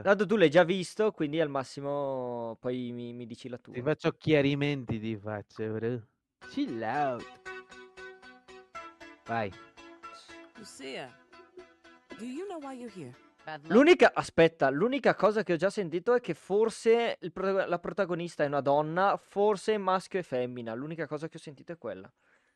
Tanto tu l'hai già visto, quindi al massimo poi mi dici la Ti tua. faccio chiarimenti, ti faccio, bro. Chill out. Vai. Lucia, do you know why you're here? Bad luck? L'unica cosa che ho già sentito è che forse la protagonista è una donna, forse maschio e femmina. L'unica cosa che ho sentito è quella.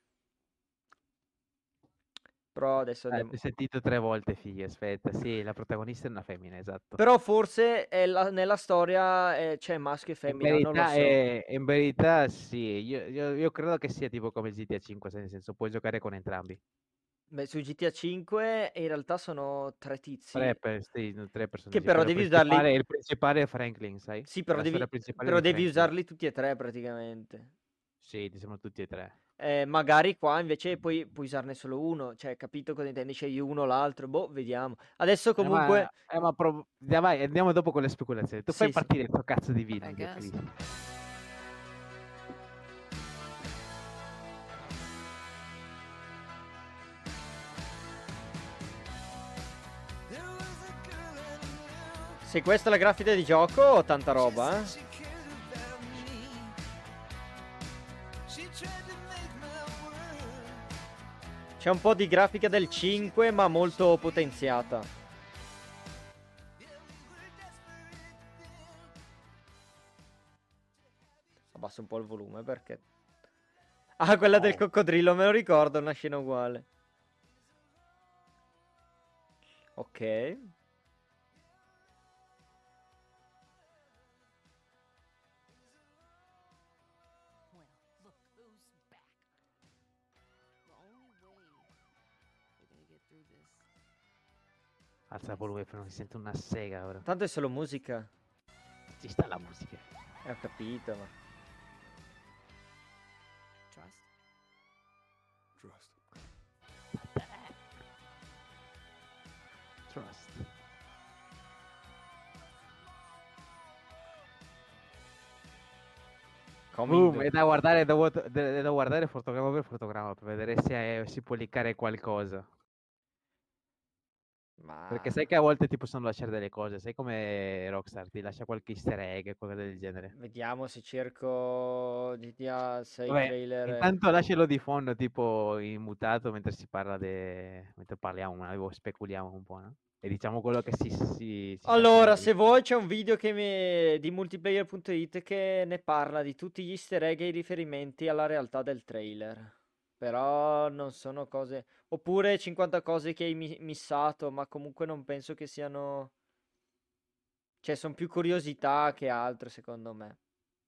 Però adesso andiamo. Ti ho sentito 3 volte, figlio, aspetta. Sì, la protagonista è una femmina, esatto. Però forse nella storia c'è maschio e femmina, non lo so. In verità sì, io credo che sia tipo come GTA 5, nel senso puoi giocare con entrambi. Beh, su GTA 5 in realtà sono 3 tizi. Sì, 3 Che personaggi. però Quello devi usarli. il principale è Franklin, sai? Sì, La storia principale però di devi Franklin. usarli tutti e tre praticamente. Sì, ti sembrano tutti e 3. Magari qua invece puoi usarne solo uno. Cioè, capito cosa intendi? Scegli uno o l'altro. Boh, vediamo. Adesso comunque. Dai, vai, andiamo dopo con le speculazioni. Tu fai Sì, sì. partire il tuo cazzo di I video, guess. Cristo. Se questa è la grafica di gioco, ho tanta roba, eh. C'è un po' di grafica del 5, ma molto potenziata. Abbasso un po' il volume perché. Ah, quella del coccodrillo, me lo ricordo, una scena uguale. Ok. Well, look who's back. The only way we're gonna get through this. Alza il volume, non si sente una sega ora. Tanto è solo musica. Ci sta la musica. Ho capito, ma. Trust. Trust. Coming. È da guardare, da guardare fotogramma per fotogramma per vedere se si può linkare qualcosa. Ma. Perché sai che a volte ti possono lasciare delle cose, sai come Rockstar ti lascia qualche easter egg e cose del genere. Vediamo se cerco GTA 6 Vabbè, trailer. intanto lascialo di fondo, tipo in mutato, mentre si parla mentre parliamo, speculiamo un po', no? E diciamo quello che si sta Allora, facendo se lì. vuoi c'è un video di multiplayer.it che ne parla di tutti gli easter egg e i riferimenti alla realtà del trailer. Però non sono cose. Oppure 50 cose che hai missato, ma comunque non penso che siano. Cioè, sono più curiosità che altro, secondo me.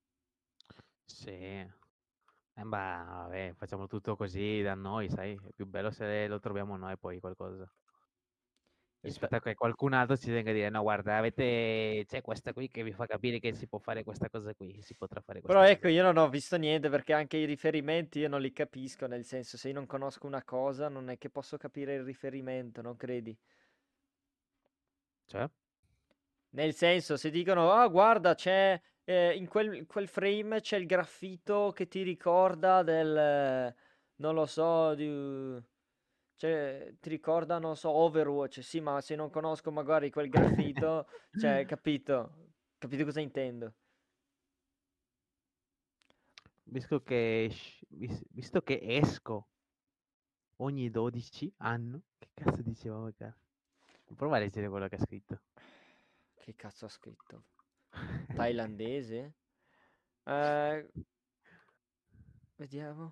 Sì. Vabbè, facciamo tutto così da noi, sai? È più bello se lo troviamo noi poi qualcosa. Rispetto a che qualcun altro ci venga a dire: "No guarda, c'è questa qui che vi fa capire che si può fare questa cosa qui, si potrà fare Però questa cosa ecco, qui". io non ho visto niente perché anche i riferimenti io non li capisco, nel senso, se io non conosco una cosa, non è che posso capire il riferimento, non credi? Cioè? Nel senso, se dicono, ah, guarda, c'è in quel frame c'è il graffito che ti ricorda non lo so, cioè, ti ricorda, non so, Overwatch. Sì, ma se non conosco magari quel graffito, cioè, capito? Capito cosa intendo? Visto che esco ogni 12 anni, che cazzo dicevamo qua? Prova a leggere quello che ha scritto. Che cazzo ha scritto? Thailandese? Eh, vediamo.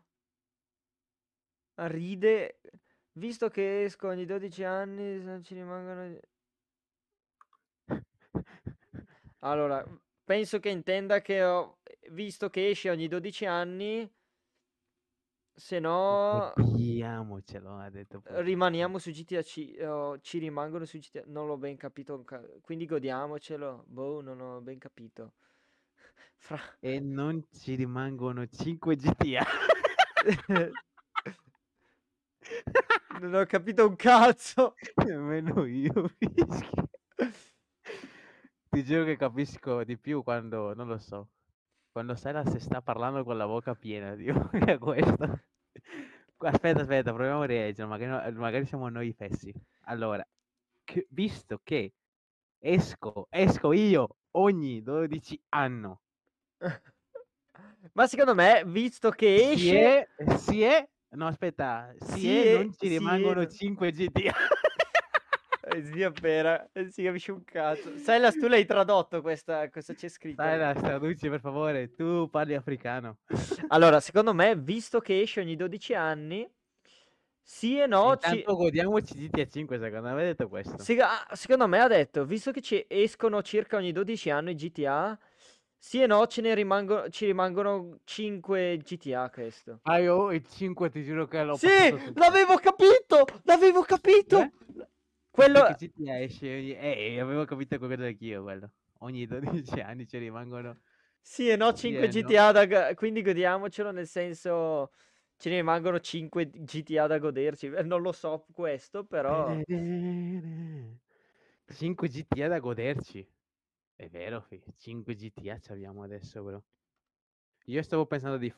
Ride. Visto che esco ogni 12 anni, se non ci rimangono. Allora, penso che intenda che visto che esce ogni 12 anni, se no Godiamocelo, ha detto proprio. rimaniamo su GTA ci rimangono su GTA. Non l'ho ben capito. Quindi godiamocelo. Boh, non ho ben capito. Fra. E non ci rimangono 5 GTA. Non ho capito un cazzo. Nemmeno io, fischio. Ti giuro che capisco di più quando, non lo so, quando Silas sta parlando con la bocca piena, Dio, è questo. Aspetta, proviamo a rileggere, magari siamo noi fessi. Allora, visto che esco io ogni 12 anni. Ma secondo me, visto che esce, Si è no aspetta, non ci si è, rimangono 5 GTA. zia Pera, si capisce un cazzo. Silas, tu l'hai tradotto questa c'è scritto. Dai, traduci per favore, tu parli africano. Allora, secondo me, visto che esce ogni 12 anni, sì e no, Intanto godiamoci GTA 5, secondo me ha detto questo. secondo me ha detto, visto che ci escono circa ogni 12 anni GTA, sì e no, ci rimangono 5 GTA questo. Ah, io il 5 ti giuro che l'ho Sì, passato tutto. l'avevo capito. Eh? Quello, Perché GTA esce avevo capito quello anch'io quello. Ogni 12 anni ci rimangono sì e no, sì 5 e no. GTA quindi godiamocelo, nel senso, ce ne rimangono 5 GTA da goderci. Non lo so questo, però... 5 GTA da goderci. È vero, 5 GTA c'abbiamo adesso, bro. Io stavo pensando di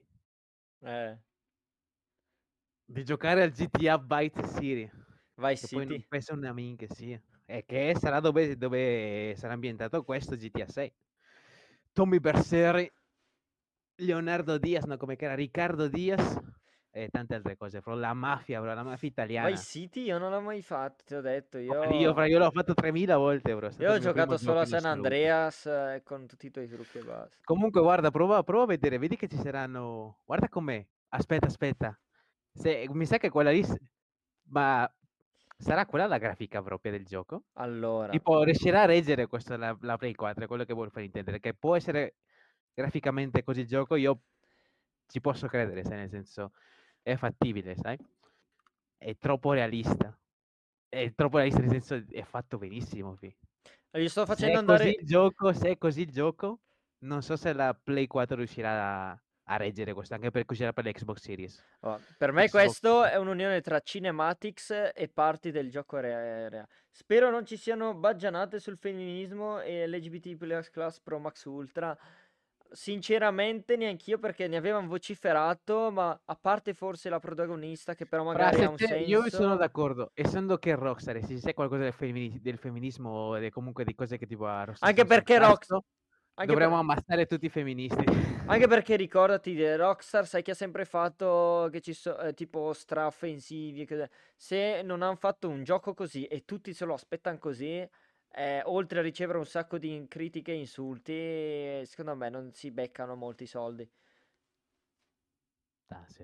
giocare al GTA Vice City, Vice che poi non City. penso una minchia sia. E che sarà dove sarà ambientato questo GTA 6. Tommy Berseri, Leonardo Diaz, no, come che era? Riccardo Diaz e tante altre cose, bro. La mafia, bro, la mafia Vice italiana. City io non l'ho mai fatto, ti ho detto, Io l'ho fatto 3000 volte, bro. È io stato ho il mio primo giocato solo gioco a in San assoluto. Andreas con tutti i tuoi trucchi e basta. Comunque, guarda, prova a vedere, vedi che ci saranno. Guarda com'è. Aspetta. Mi sa che quella lì. Ma sarà quella la grafica propria del gioco? Allora, Tipo, riuscirà a reggere questo la Play 4, è quello che vuol far intendere. Che può essere graficamente così il gioco, io ci posso credere, sai, nel senso, è fattibile, sai? È troppo realista. È troppo realista, nel senso, è fatto benissimo, fi. gli sto Se facendo è così andare... se è così il gioco, non so se la Play 4 riuscirà a reggere questo, anche perché uscirà per l'Xbox Series. Oh, per me Xbox questo è un'unione tra cinematics e parti del gioco Spero non ci siano baggianate sul femminismo e LGBT Plus Pro Max Ultra. Sinceramente neanch'io, perché ne avevano vociferato, ma a parte forse la protagonista che però Fra magari ha se un te io sono senso. d'accordo, essendo che Rockstar, se sai qualcosa del femminismo e comunque di cose che tipo a Rockstar Anche stanno sul perché cazzo, anche dovremmo per- ammazzare tutti i femministi. Anche perché ricordati, Rockstar, sai che ha sempre fatto che ci sono tipo stra-offensivi. Se non hanno fatto un gioco così e tutti se lo aspettano così, oltre a ricevere un sacco di critiche e insulti, secondo me non si beccano molti soldi. Ah, sì.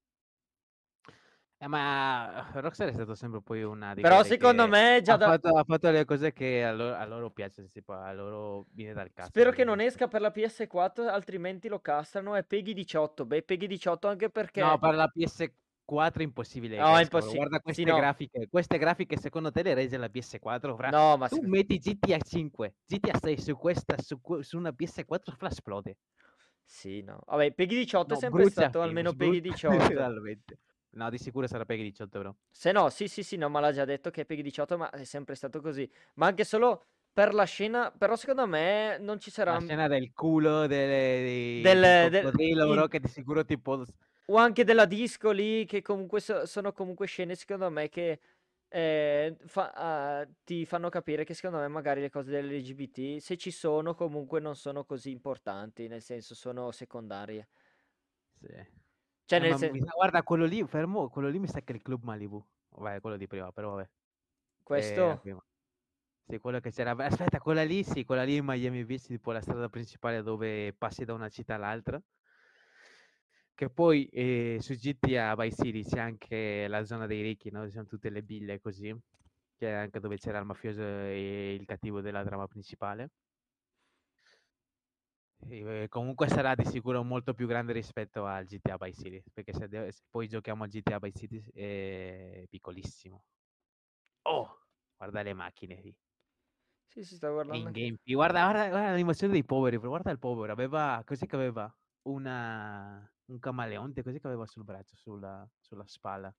Ma Rockstar è stato sempre poi una di Però quelle secondo che me già da... ha fatto le cose che a loro piace, tipo a loro viene dal cazzo, Spero sai, che nel non senso. esca per la PS4, altrimenti lo castrano. È Peggy 18. Beh, Peggy 18 anche No, perché... per la PS4 è impossibile No, che è esca, bro. impossibile. Guarda Sì, no. queste grafiche secondo te le regge la PS4? No, ma Tu metti GTA 5, GTA 6 su una PS4, fra esplode. sì, no. Vabbè, Peggy 18 è No, sempre brucia, stato almeno Peggy sbruzza 18. letteralmente. No, di sicuro sarà Peggy 18, bro. Se no, sì, no, ma l'ha già detto che è Peggy 18, ma è sempre stato così. Ma anche solo per la scena, però secondo me non ci sarà La scena del culo del del, del- coccodrillo, bro, in- che di sicuro tipo. o anche della disco lì, che comunque sono comunque scene, secondo me, che ti fanno capire che secondo me magari le cose dell'LGBT, se ci sono, comunque non sono così importanti, nel senso sono secondarie. Sì. Cioè, nel Ma senso, guarda, quello lì, fermo, quello lì mi sa che è il Club Malibu. Vabbè, quello di prima, però vabbè. Era questo... prima. Sì, quello che c'era. Aspetta, quella lì, sì, quella lì in Miami Beach, tipo la strada principale dove passi da una città all'altra. Che poi su GTA Vice City c'è anche la zona dei ricchi, no? Ci sono tutte le ville così, che è anche dove c'era il mafioso e il cattivo della trama principale. Comunque sarà di sicuro molto più grande rispetto al GTA Vice City, perché se poi giochiamo a GTA Vice City è piccolissimo. Oh, guarda le macchine lì. Sì, si sta E guardando in anche... game. Guarda l'animazione dei poveri, guarda il povero, aveva, così che aveva un camaleonte, così che aveva sul braccio, sulla spalla.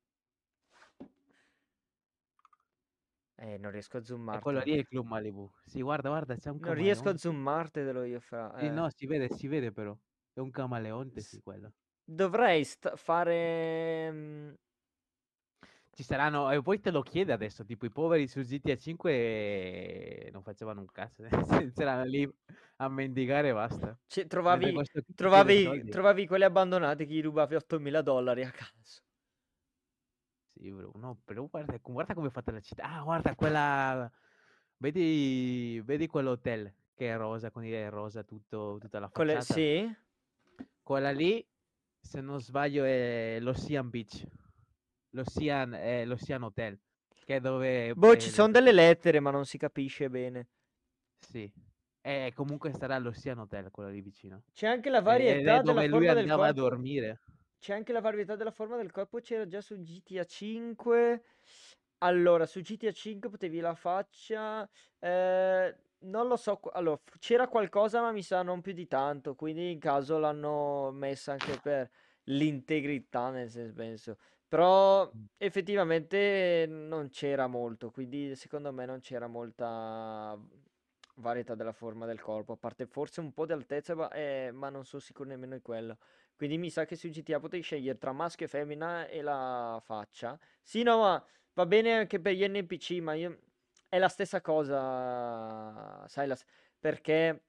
Non riesco a E quello zoomartelo. lì è il Club Malibu. Sì, guarda, c'è un Non riesco a camaleonte. zoomartelo io fra... Sì, no, si vede però. È un camaleonte, S- sì, quello. Dovrei fare... Ci saranno, e poi te lo chiede adesso, tipo i poveri su GTA 5 non facevano un cazzo, c'erano lì a mendigare e basta. Cioè, Mentre trovavi, questo qui ti chiede trovavi, soldi. trovavi quelli abbandonati che gli rubavi $8.000 a caso. Sì, bro, no, però guarda come è fatta la città. Ah, guarda quella. Vedi quell'hotel che è rosa, con il rosa tutta la facciata. Sì? Quella lì, se non sbaglio, è l'Ocean Beach. L'Ocean Hotel. Che è dove. Boh, ci sono delle lettere, ma non si capisce bene. Sì. E comunque sarà l'Ocean Hotel, quella lì vicino. C'è anche la Ed è varietà della dove lui forma del andava a corpo. dormire. C'è anche la varietà della forma del corpo, c'era già su GTA 5. Allora, su GTA 5 potevi la faccia. Non lo so. Allora, c'era qualcosa, ma mi sa non più di tanto. Quindi in caso l'hanno messa anche per l'integrità, nel senso, penso. Però effettivamente non c'era molto. Quindi secondo me non c'era molta varietà della forma del corpo. A parte forse un po' di altezza, ma non sono sicuro nemmeno di quello. Quindi mi sa che su GTA potevi scegliere tra maschio e femmina e la faccia. Sì, no, ma va bene anche per gli NPC, ma è la stessa cosa, sai, perché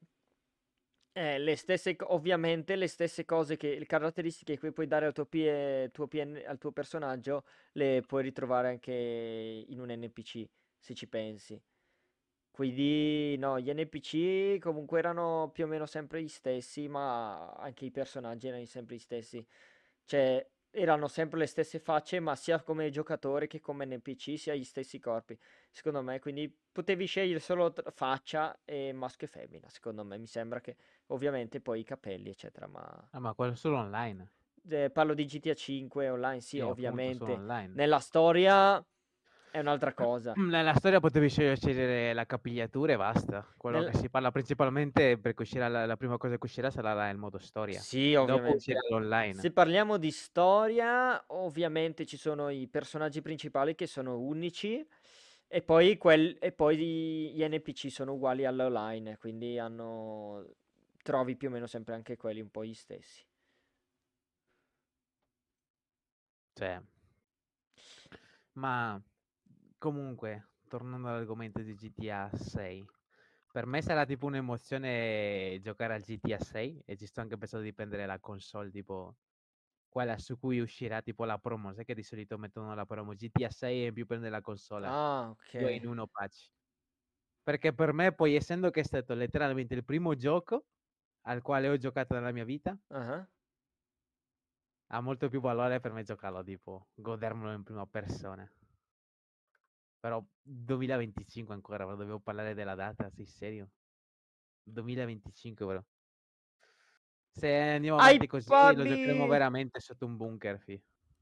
ovviamente le stesse cose le caratteristiche che puoi dare al tuo personaggio le puoi ritrovare anche in un NPC, se ci pensi. Quindi no, gli NPC comunque erano più o meno sempre gli stessi, ma anche i personaggi erano sempre gli stessi. Cioè, erano sempre le stesse facce, ma sia come giocatore che come NPC, sia gli stessi corpi, secondo me. Quindi potevi scegliere solo faccia e maschio e femmina, secondo me. Mi sembra che ovviamente poi i capelli, eccetera, ma Ah, ma quello solo online. parlo di GTA 5 online, sì, Sì, appunto, solo ovviamente. online. Nella storia è un'altra cosa. Nella storia potevi scegliere la capigliatura e basta. Quello che Nel- si parla principalmente, perché uscirà la prima cosa che uscirà sarà il modo storia. Sì, Dopo uscirà ovviamente. l'online. Se parliamo di storia, ovviamente ci sono i personaggi principali che sono unici e poi gli NPC sono uguali all'online, quindi trovi più o meno sempre anche quelli un po' gli stessi. Cioè, ma comunque, tornando all'argomento di GTA 6, per me sarà tipo un'emozione giocare al GTA 6 e ci sto anche pensando di prendere la console tipo quella su cui uscirà tipo la promo. Sai che di solito mettono la promo GTA 6 e in più prende la console. Ah, 2 ok. in 1 patch. Perché per me poi, essendo che è stato letteralmente il primo gioco al quale ho giocato nella mia vita, Ah, ha molto più valore per me giocarlo, tipo, godermelo in prima persona. Però 2025 ancora, bro, dovevo parlare della data, sei serio? 2025, bro. Se andiamo Ai avanti così, lo giocheremo papi! veramente sotto un bunker, fi.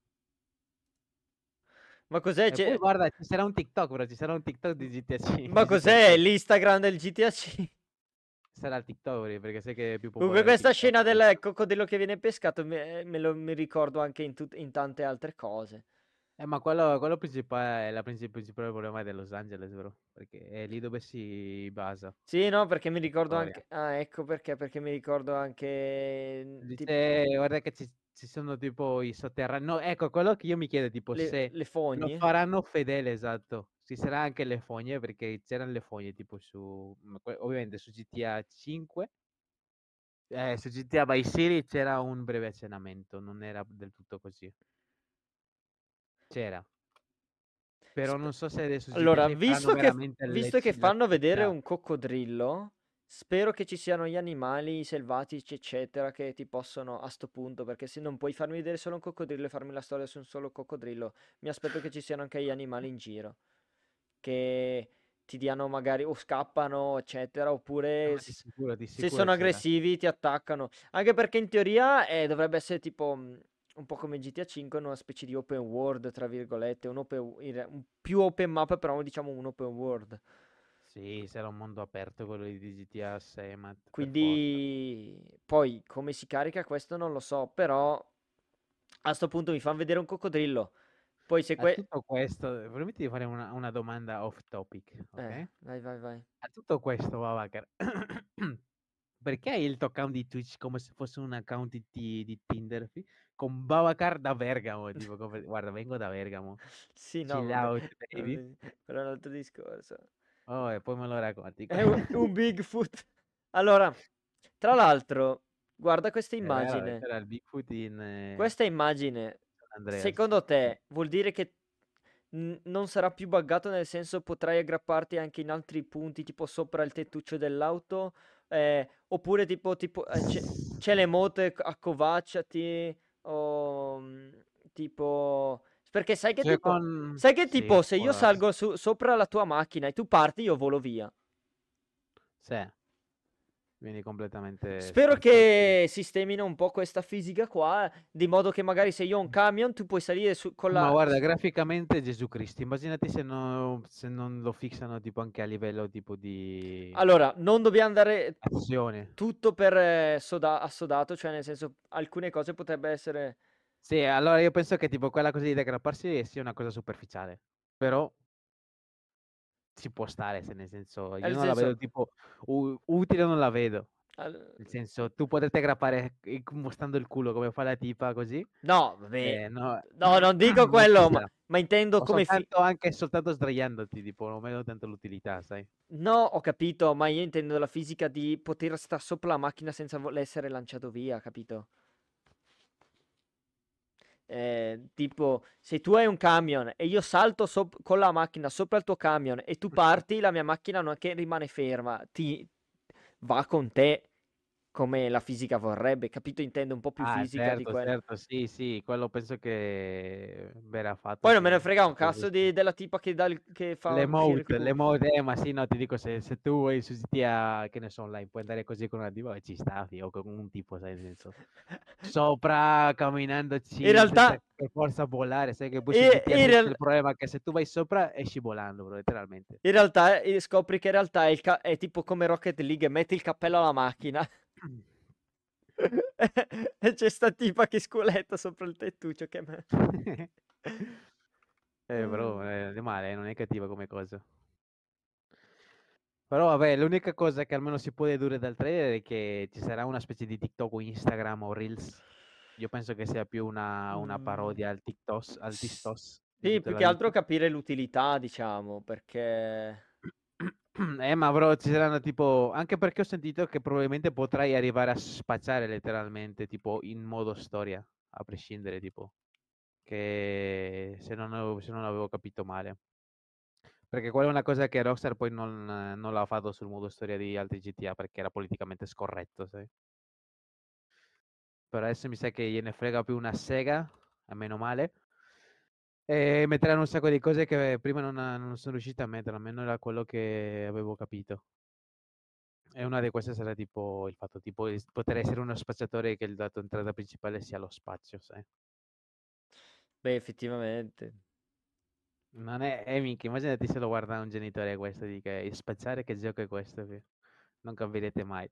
Ma cos'è? E poi guarda, ci sarà un TikTok, bro, ci sarà un TikTok di GTA 5, Ma di GTA cos'è 6. l'Instagram del GTA 5? Sarà il TikTok, bro, perché sai che è più Comunque popolare questa TikTok. scena del coccodrillo che viene pescato mi ricordo anche in tante altre cose. Ma quello principale è principale problema di Los Angeles, bro, perché è lì dove si basa Sì, no, perché mi la ricordo storia. anche. Ah, ecco perché mi ricordo anche. Dice, guarda che ci sono tipo i sotterranei. No, ecco, quello che io mi chiedo, tipo, se Le lo fogne. faranno fedele, esatto. Ci sarà anche le fogne, perché c'erano le fogne, tipo ovviamente su GTA 5, su GTA Vice City c'era un breve accennamento, non era del tutto così. C'era. Però Sp- non so se adesso su GTA Allora, 6 faranno veramente visto che la fanno vedere città. un coccodrillo, spero che ci siano gli animali selvatici, eccetera, che ti possono a sto punto, perché se non puoi farmi vedere solo un coccodrillo e farmi la storia su un solo coccodrillo, mi aspetto che ci siano anche gli animali in giro, che ti diano magari o scappano, eccetera, oppure Ma di se sicuro sono c'era. aggressivi ti attaccano. Anche perché in teoria dovrebbe essere tipo un po' come GTA 5, una specie di open world, tra virgolette, un più open map, però diciamo un open world. Sì, sarà un mondo aperto quello di GTA 6, ma per forza. Quindi poi come si carica questo non lo so, però a sto punto mi fanno vedere un coccodrillo. Poi se A que... tutto questo, permetti di fare una domanda off topic, ok? vai, vai, vai. A tutto questo, Babacar, Perché hai il tuo account di Twitch come se fosse un account di Tinder, con Babacar da Bergamo, tipo, guarda, vengo da Bergamo. Sì, no, Chill vabbè, out, baby. vabbè, quello è un altro discorso. Oh, e poi me lo racconti. È un Bigfoot. Allora, tra l'altro, guarda questa È vero, immagine. c'era il Bigfoot in Questa immagine, San Andreas. secondo te, vuol dire che non sarà più buggato, nel senso potrai aggrapparti anche in altri punti, tipo sopra il tettuccio dell'auto? Oppure tipo c'è l'emote accovacciati o tipo... Perché sai che Cioè, tipo... con... Sai che Sì, tipo se può io darsi. salgo sopra la tua macchina e tu parti, io volo via. Sì, vieni completamente Spero spazzato. che sistemino un po' questa fisica qua, di modo che magari se io ho un camion, tu puoi salire con Ma la... guarda, graficamente Gesù Cristo, immaginati se non lo fissano tipo anche a livello tipo di Allora, non dobbiamo andare azione. tutto per assodato, cioè nel senso alcune cose potrebbe essere... Sì, allora io penso che tipo quella cosa di aggrapparsi sia una cosa superficiale, però ci può stare, se nel senso io Nel non la vedo senso... tipo utile, non la vedo. al- Nel senso, tu potresti aggrappare mostrando il culo come fa la tipa così, No, vabbè, no, no, non dico non ci quello, sta. ma intendo O come... soltanto anche soltanto sdraiandoti, tipo, non vedo tanto l'utilità, sai? No, ho capito, ma io intendo la fisica di poter stare sopra la macchina senza essere lanciato via, capito? Tipo, se tu hai un camion e io salto con la macchina sopra il tuo camion e tu parti, la mia macchina non è che rimane ferma, ti va con te come la fisica vorrebbe, capito? Intendo un po' più Ah, fisica di certo, quello. certo, sì, sì, quello penso che verrà fatto, Poi non me sì, ne frega un proprio cazzo giusto. della tipa che, che fa uscire il L'emote, culo. ma sì, no, ti dico, se tu vuoi su GTA, che ne so, online, puoi andare così con una diva, ci sta, o con un tipo, sai, nel senso, sopra, camminando In chill, senza realtà, per forza volare, sai che poi su e- GTA in c'è il real- problema che se tu vai sopra, esci volando, bro, letteralmente. in realtà, scopri che in realtà è tipo come Rocket League, metti il cappello alla macchina. E c'è sta tipa che sculetta sopra il tettuccio che me... Bro, non è male, non è cattiva come cosa. Però vabbè, l'unica cosa che almeno si può dedurre dal trailer è che ci sarà una specie di TikTok o Instagram o Reels. Io penso che sia più una Mm, parodia al TikTok, al s- TikTok di sì, tutta più la che altro vita. capire l'utilità, diciamo, perché... Ma bro, ci saranno tipo... Anche perché ho sentito che probabilmente potrai arrivare a spacciare letteralmente, tipo, in modo storia, a prescindere, tipo. Che se non avevo capito male. Perché quella è una cosa che Rockstar poi non l'ha fatto sul modo storia di altri GTA perché era politicamente scorretto, sai? Per adesso mi sa che gliene frega più una sega, a meno male. E metteranno un sacco di cose che prima non sono riuscito a mettere, almeno era quello che avevo capito. E una di queste sarà tipo il fatto tipo di poter essere uno spacciatore che il dato entrata principale sia lo spazio, sai? Beh, effettivamente. Non è, minchia, immaginati se lo guarda un genitore questo, dica, spacciare che gioco è questo? Non capirete mai.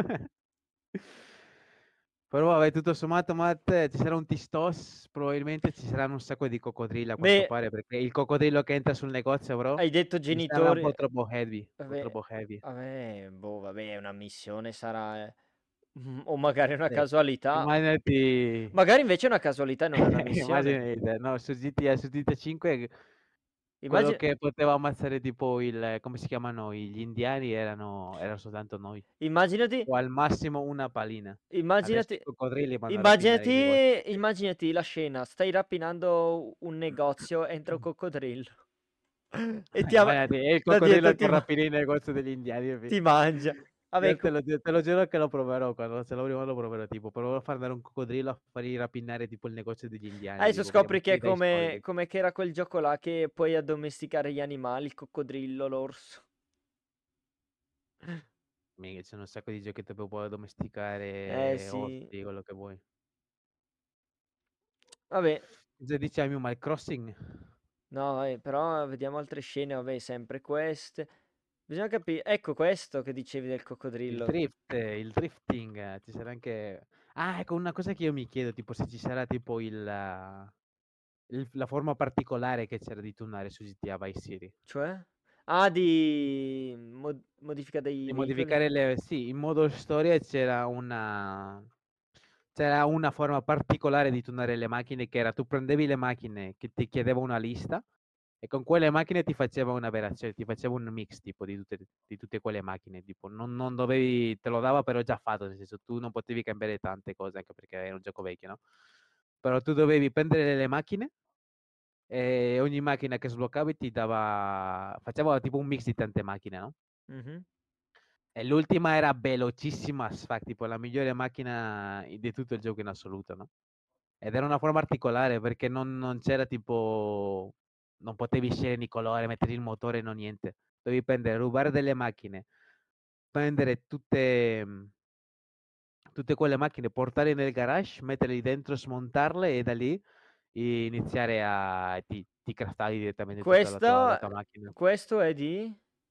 Però vabbè, tutto sommato, Matt, ci sarà un Tistos, probabilmente ci saranno un sacco di coccodrilli a quanto Beh, pare, perché il coccodrillo che entra sul negozio, bro, hai detto mi sembra un genitori... po' troppo heavy, un po' Vabbè, troppo heavy. vabbè, boh, vabbè, una missione sarà... O magari una Sì. casualità. Immaginati, Magari invece è una casualità e non è una missione. immaginate, no, su GTA 5 quello Immagina... che poteva ammazzare tipo come si chiamano, gli indiani erano soltanto noi, Immaginati... o al massimo una pallina. Adesso i Immaginati... coccodrilli vanno a rapinare i negozi. Immaginati la scena, stai rapinando un negozio, entra un coccodrillo e Immaginati, è il da coccodrillo dietro che rapina il negozio degli indiani. ti mangia. Vabbè, Io te lo giuro che lo proverò, quando se lo avremo lo proverò, tipo, proverò a far andare un coccodrillo a fargli rapinare tipo il negozio degli indiani, adesso tipo, vediamo scopri che chi è gli dà i soldi. come che era quel gioco là che puoi addomesticare gli animali, il coccodrillo, l'orso. Mica, ci sono un sacco di giochi che puoi Eh domesticare, sì, orsi, quello che vuoi. vabbè, Cosa dici Animal Crossing? no, però vediamo altre scene, vabbè, sempre queste. Bisogna capire, ecco questo che dicevi del coccodrillo. Il drifting, ci sarà anche... Ah, ecco, una cosa che io mi chiedo, tipo, se ci sarà tipo la forma particolare che c'era di tunnare su GTA Vice City. Cioè? Ah, di modifica dei Di veicoli? modificare sì, in modo storia c'era una forma particolare di tunare le macchine, che era tu prendevi le macchine che ti chiedeva una lista e con quelle macchine ti faceva una cioè ti faceva un mix tipo di tutte quelle macchine, tipo non dovevi te lo dava però già fatto, nel senso tu non potevi cambiare tante cose, anche perché era un gioco vecchio, no, però tu dovevi prendere le macchine e ogni macchina che sbloccavi faceva tipo un mix di tante macchine, no? Mhm. E l'ultima era velocissima as fuck, tipo la migliore macchina di tutto il gioco in assoluto, no? Ed era una forma particolare perché non c'era tipo, non potevi scegliere il colore, mettere il motore, no niente. Dovevi prendere, rubare delle macchine, prendere tutte quelle macchine, portarle nel garage, metterle dentro, smontarle e da lì iniziare ti craftavi direttamente tutta la Questo, tua macchina. questo è di...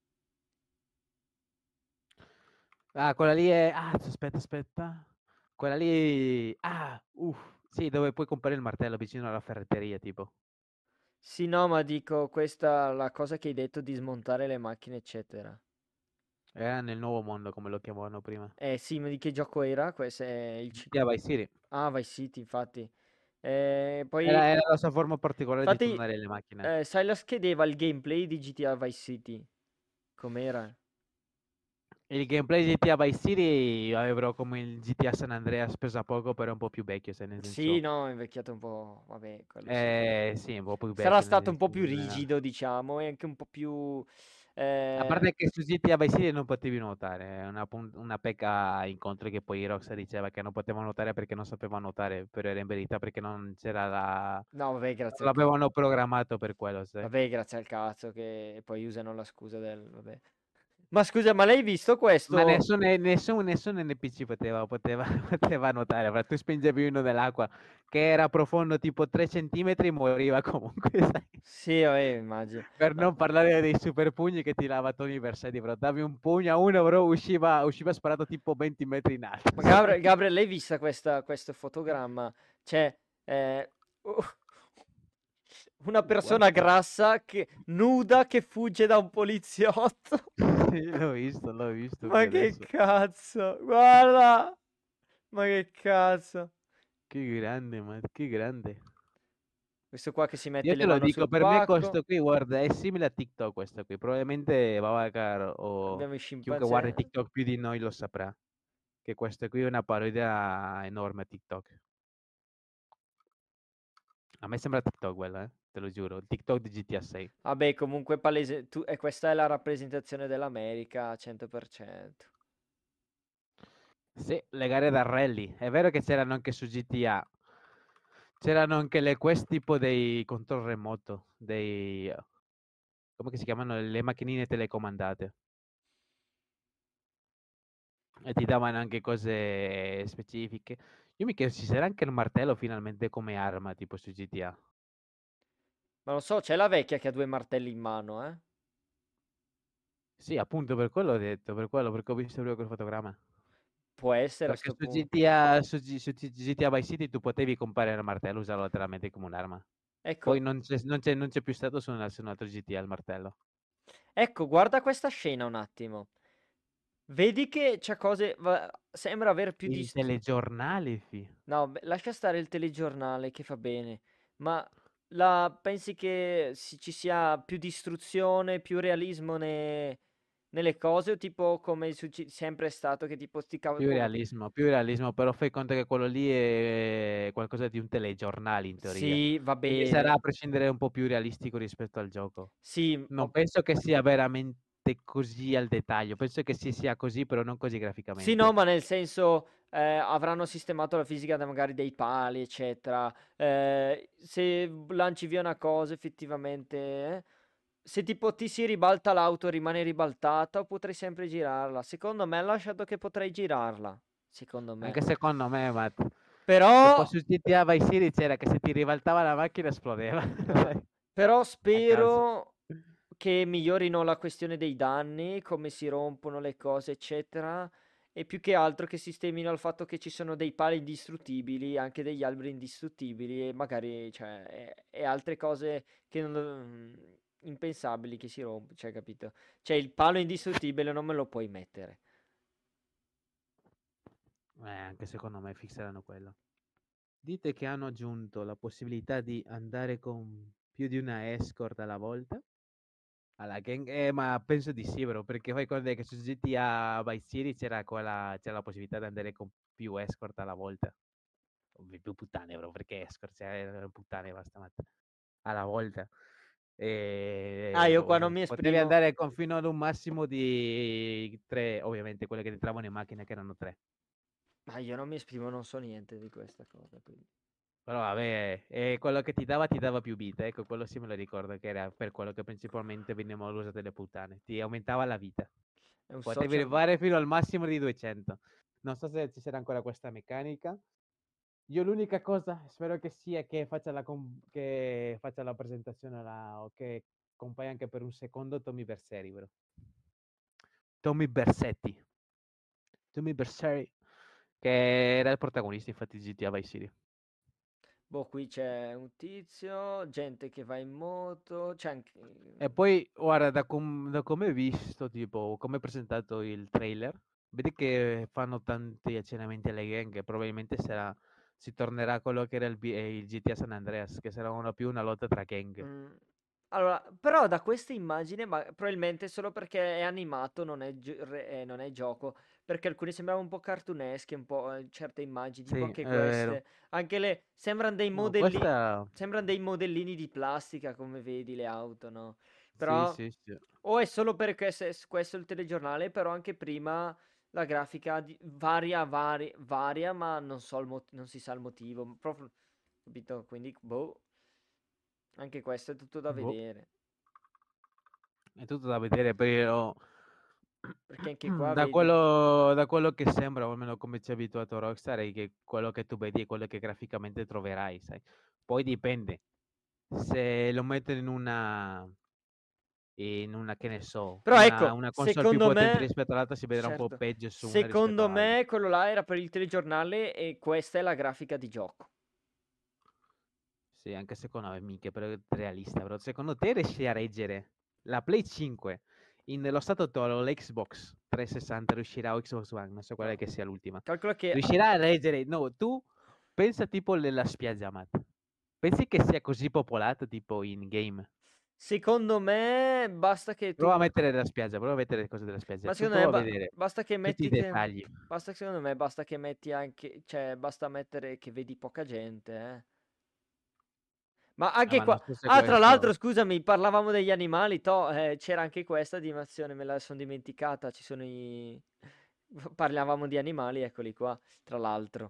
Ah, quella lì è aspetta. Quella lì sì, dove puoi comprare il martello vicino alla ferretteria, tipo. Sì, no, ma dico, questa, la cosa che hai detto di smontare le macchine, eccetera. Era nel nuovo mondo, come lo chiamavano prima. Sì, ma di che gioco era? Questo è il GTA Vice City. Ah, Vice City, infatti. Era, Poi, era la sua forma particolare di infatti, tunnare le macchine. Silas chiedeva il gameplay di GTA Vice City. Com'era? Il gameplay di GTA Vice City avrebbero come il GTA San Andreas, pesa poco, però è un po' più vecchio, se nel Sì, senso. no, è invecchiato un po', vabbè, quello sì. Sì, un po' più Sarà vecchio, nel stato un po' senso. più rigido, diciamo, e anche un po' più... A eh, parte che su GTA Vice City non potevi nuotare, è una pecca incontro che poi Rockstar diceva che non poteva nuotare perché non sapeva nuotare, però era in verità perché non c'era No, vabbè, non l'avevano programmato per quello, sai. vabbè, grazie al cazzo che poi usano la scusa del... Vabbè. Ma scusa, ma l'hai visto Ma questo? nessun NPC poteva poteva nuotare, fra tu spingevi uno nell'acqua che era profondo tipo 3 centimetri, moriva comunque, sai. Sì, vabbè, immagino. Per Ma... non parlare dei super pugni che tirava Tony Versetti, bro. Davi un pugno a uno, bro, usciva sparato tipo 20 metri in alto, Ma sai. Gabriel, l'hai vista questo fotogramma? C'è uh, una persona Guarda. grassa nuda che fugge da un poliziotto. Sì, l'ho visto qui Ma che adesso. cazzo? Guarda! Ma che cazzo? Che grande, ma che grande. Questo qua che si mette Io le te lo mani dico, sul per me pacco. questo qui, guarda, è simile a TikTok questo qui. Probabilmente Babacar o Abbiamo i chiunque guardi scimpanzé. TikTok più di noi lo saprà. Che questo qui è una parodia enorme a TikTok. A me sembra TikTok quella, te lo giuro. Il TikTok di GTA 6. Vabbè, comunque palese. E questa è la rappresentazione dell'America 100%. Sì, le gare da rally. È vero che c'erano anche su GTA. C'erano anche le quest tipo dei control remoto, come che si chiamano? Le macchinine telecomandate. E ti davano anche cose specifiche. Io mi chiedo se c'era anche il martello finalmente come arma, tipo su GTA. Ma lo so, c'è la vecchia che ha due martelli in mano, eh? Sì, appunto per quello ho detto, per quello, perché ho visto prima quel fotogramma. Può essere a Perché sto su punto. GTA, su GTA Vice City tu potevi comprare il martello e usarlo letteralmente come un'arma. Poi Ecco, non c'è più stato su un altro GTA il martello. ecco, guarda questa scena un attimo. Vedi che c'è cose... sembra aver più Il dist... telegiornale, fi. No, beh, lascia stare il telegiornale che fa bene, ma pensi che ci sia più distruzione, più realismo nelle cose o tipo come sempre è stato che tipo Più realismo, però fai conto che quello lì è qualcosa di un telegiornale in teoria. Sì, va Quindi sarà bene. a prescindere un po' più realistico rispetto al gioco. Sì, Non penso che sia veramente così al dettaglio, penso che sia così, però non così sì, no, graficamente. ma nel senso avranno sistemato la fisica magari dei pali, eccetera. Se lanci via una cosa, effettivamente, se tipo ti si ribalta l'auto, rimane ribaltata o potrai sempre girarla. Secondo me ha lasciato che potrei girarla. Secondo me. Anche secondo me, Matt. Tipo Però, su GTA Vice City c'era che se ti ribaltava la macchina esplodeva. ah, però A caso. spero che migliorino la questione dei danni, come si rompono le cose, eccetera. E più che altro che sistemino il fatto che ci sono dei pali indistruttibili, anche degli alberi indistruttibili e magari, cioè, e altre cose che non... impensabili che si rompe, cioè, capito? Cioè, il palo indistruttibile non me lo puoi mettere. Anche secondo me fixeranno quello. Dite che hanno aggiunto la possibilità di andare con più di una escort alla volta? Alla gang? Ma penso di sì, bro, perché fai conto che su GTA Vice City c'era la possibilità di andare con più escort alla volta. Più puttane, bro, perché escort? Cioè, erano puttane, basta, alla volta. Io qua non mi Potevi esprimo. andare con fino ad un massimo di 3, ovviamente, quelle che ti trovano in macchina, che erano 3. Ma io non mi esprimo, non so niente di questa cosa. Quindi. Però vabbè, quello che ti dava più vita, ecco, quello sì me lo ricordo, che era per quello che principalmente venivano usate le puttane, ti aumentava la vita. È un Potevi social. arrivare fino al massimo di 200. Non so se ci sarà ancora questa meccanica. Io l'unica cosa spero che sia che faccia la presentazione o che compaia anche per un secondo Tommy Berseri, bro. Tommy Bersetti. Tommy Berseri, che era il protagonista infatti di GTA Vice City. Boh, qui c'è un tizio, gente che va in moto, c'è anche. E poi, guarda, da come hai visto, tipo, come è presentato il trailer, vedi che fanno tanti accennamenti alle gang, che probabilmente si tornerà a quello che era il GTA San Andreas, che sarà una lotta tra gang. Allora, però da questa immagine, ma probabilmente solo perché è animato, non è gioco, perché alcuni sembravano un po' cartuneschi, un po' certe immagini, tipo Sì, anche è vero. queste, anche sembrano dei No, modelli, questa... sembrano dei modellini di plastica, come vedi le auto, no? Sì, Però, sì, sì. o è solo perché questo è il telegiornale, però anche prima la grafica varia, ma non so non si sa il motivo, proprio, capito? Quindi, boh. Anche questo è tutto da Boh, vedere. è tutto da vedere, però... Perché anche qua Da vedi. quello che sembra, o almeno come ci ha abituato Rockstar, è che quello che tu vedi è quello che graficamente troverai, sai. Poi dipende. Se lo mettono che ne so, Però ecco, una console più secondo potente me. rispetto all'altra, si vedrà un po' Certo. peggio su una rispetto Secondo all'altra. me quello là era per il telegiornale e questa è la grafica di gioco. Sì, anche secondo me, mica, però è realista, però secondo te riesci a reggere la Play 5 nello stato attuale, o l'Xbox 360 riuscirà, o Xbox One, non so quale No. che sia l'ultima, Calcola che. riuscirà a reggere, no, tu pensa tipo nella spiaggia, Matt. Pensi che sia così popolato tipo in game? Secondo me basta che Prova a tu. mettere la spiaggia, prova a mettere le cose della spiaggia. Ma Tu secondo me prova a vedere basta che tutti i metti che. dettagli. Secondo me basta che metti anche. Cioè, basta mettere che vedi poca gente, eh. Ma anche Ma non qua. so se Ah, tra questo... l'altro, scusami, parlavamo degli animali, c'era anche questa animazione, me la sono dimenticata. Ci sono i. Parlavamo di animali, eccoli qua, tra l'altro.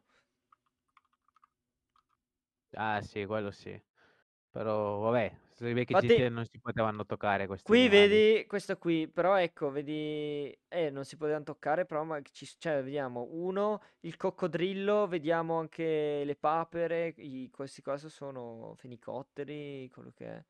Ah sì, quello sì. Però vabbè, si vede che Infatti, GTA non si potevano toccare questi qui animali. vedi questo qui, però ecco, vedi. Non si potevano toccare, però cioè, vediamo uno, il coccodrillo, vediamo anche le papere, questi qua sono fenicotteri, quello che è.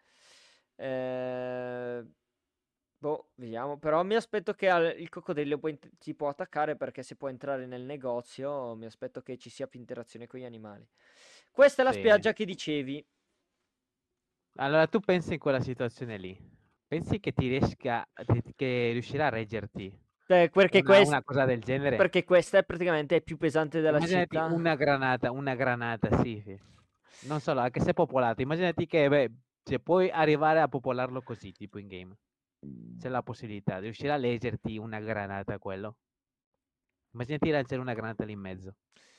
Eh, Boh, vediamo. Però mi aspetto che il coccodrillo ti può attaccare perché se può entrare nel negozio, mi aspetto che ci sia più interazione con gli animali. Questa è la Sì. spiaggia che dicevi. Allora tu pensi in quella situazione lì? Pensi che che riuscirà a reggerti Perché, una cosa del genere? perché questa è praticamente più pesante della Immaginati città. una granata, sì, sì. Non solo, anche se è popolato. Immaginati che, beh, se puoi arrivare a popolarlo così, tipo in game. C'è la possibilità, riuscirà a leggerti una granata quello? Immaginati lanciare una granata lì in mezzo.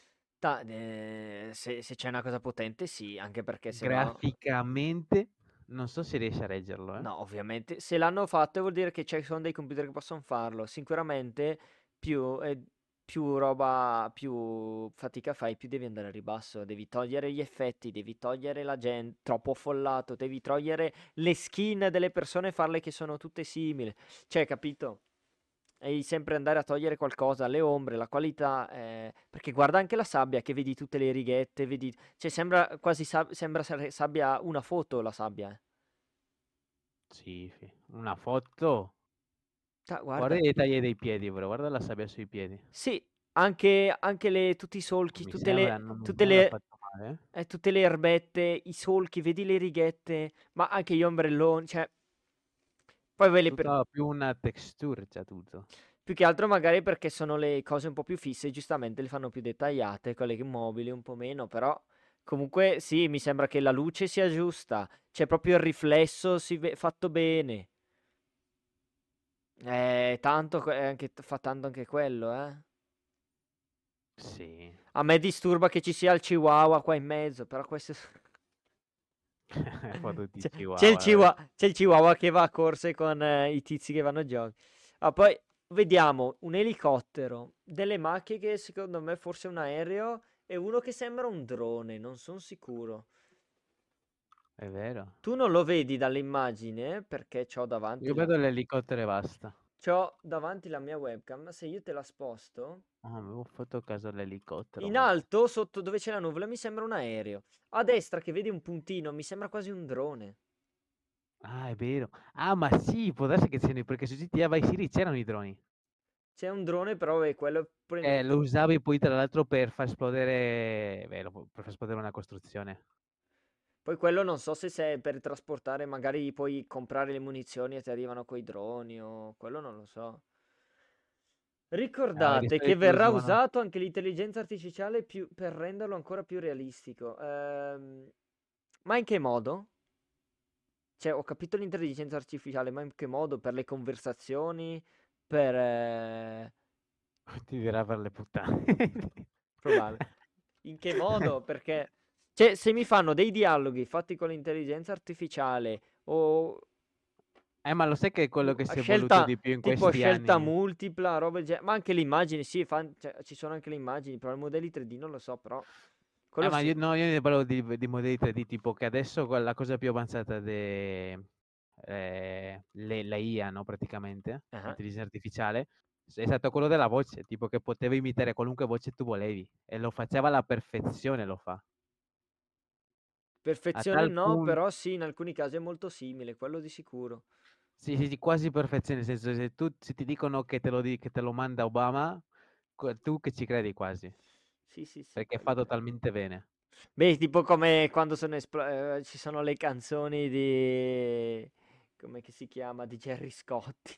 Se c'è una cosa potente, sì, anche perché se no. Graficamente, non so se riesce a reggerlo, eh. No, ovviamente, se l'hanno fatto vuol dire che ci sono dei computer che possono farlo. Sicuramente più roba, più fatica fai, più devi andare a ribasso. Devi togliere gli effetti, devi togliere la gente troppo affollato, devi togliere le skin delle persone e farle che sono tutte simili. Cioè, capito? Devi sempre andare a togliere qualcosa, le ombre, la qualità. Perché guarda anche la sabbia, che vedi tutte le righette, vedi. Cioè, sembra quasi sembra sabbia, una foto la sabbia. Sì, sì. Una foto. Guarda i Guarda. dettagli dei piedi, bro. Guarda la sabbia sui piedi. Sì, anche tutti i solchi, Mi tutte sembra, le, non tutte l'ha le, fatto male, tutte le erbette, i solchi, vedi le righette, ma anche gli ombrelloni, cioè, Poi ve le per- Tutto più una texture, già tutto. più che altro magari perché sono le cose un po' più fisse, giustamente le fanno più dettagliate, quelle che mobili un po' meno, però comunque sì, mi sembra che la luce sia giusta, c'è proprio il riflesso fatto bene. Tanto fa tanto anche quello, eh. Sì. A me disturba che ci sia il Chihuahua qua in mezzo, però questo... Foto di C'è Chihuahua, vabbè. c'è il Chihuahua che va a corse con i tizi che vanno a giochi. Ah, poi vediamo un elicottero, delle macchie che secondo me forse è un aereo e uno che sembra un drone, non sono sicuro. È vero. Tu non lo vedi dall'immagine perché c'ho davanti Io vedo l'elicottero e basta. c'ho davanti la mia webcam, se io te la sposto, Ah, avevo fatto caso all'elicottero, in ma... alto, sotto dove c'è la nuvola, mi sembra un aereo. A destra che vedi un puntino, mi sembra quasi un drone. Ah, è vero. Ah, ma sì, può darsi che perché su GTA Vice City c'erano i droni. C'è un drone, però è quello prende Lo usavi poi tra l'altro per far esplodere, per far esplodere una costruzione. Poi quello non so se è per trasportare, magari puoi comprare le munizioni e ti arrivano coi droni o quello non lo so. Di Ricordate che solito lo verrà usavano. usato anche l'intelligenza artificiale per renderlo ancora più realistico. Ma in che modo? Cioè, ho capito l'intelligenza artificiale, ma in che modo? Per le conversazioni? Per... Ti dirà per le puttane. probabile. In che modo? Perché... Cioè, se mi fanno dei dialoghi fatti con l'intelligenza artificiale o Ma lo sai che è quello che a si è evoluto scelta, di più in tipo questi scelta anni? multipla, roba del genere, ma anche le immagini, sì, cioè, ci sono anche le immagini, però i modelli 3D non lo so, però quello Ma sì. io, no, io ne parlo di modelli 3D, tipo che adesso la cosa più avanzata la IA, no, praticamente, Ah. l'intelligenza artificiale, è stato quello della voce, tipo che poteva imitare qualunque voce tu volevi e lo faceva alla perfezione, lo fa. A Perfezione tal no, punto, però sì, in alcuni casi è molto simile, quello di sicuro. sì, sì, sì, quasi perfezione, nel senso se ti dicono che te lo manda Obama, tu che ci credi quasi, Sì, sì, sì, perché quello fa è. totalmente bene. Beh, tipo come quando ci sono le canzoni di... come che si chiama? Di Gerry Scotti.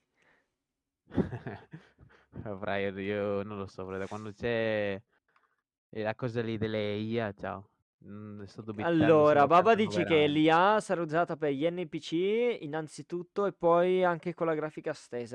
Avrai, io non lo so, da quando c'è la cosa lì delle IA, ciao. Sto dubitando se Allora, lo Baba cantano dice che veramente. l'IA sarà usata per gli NPC innanzitutto e poi anche con la grafica stessa.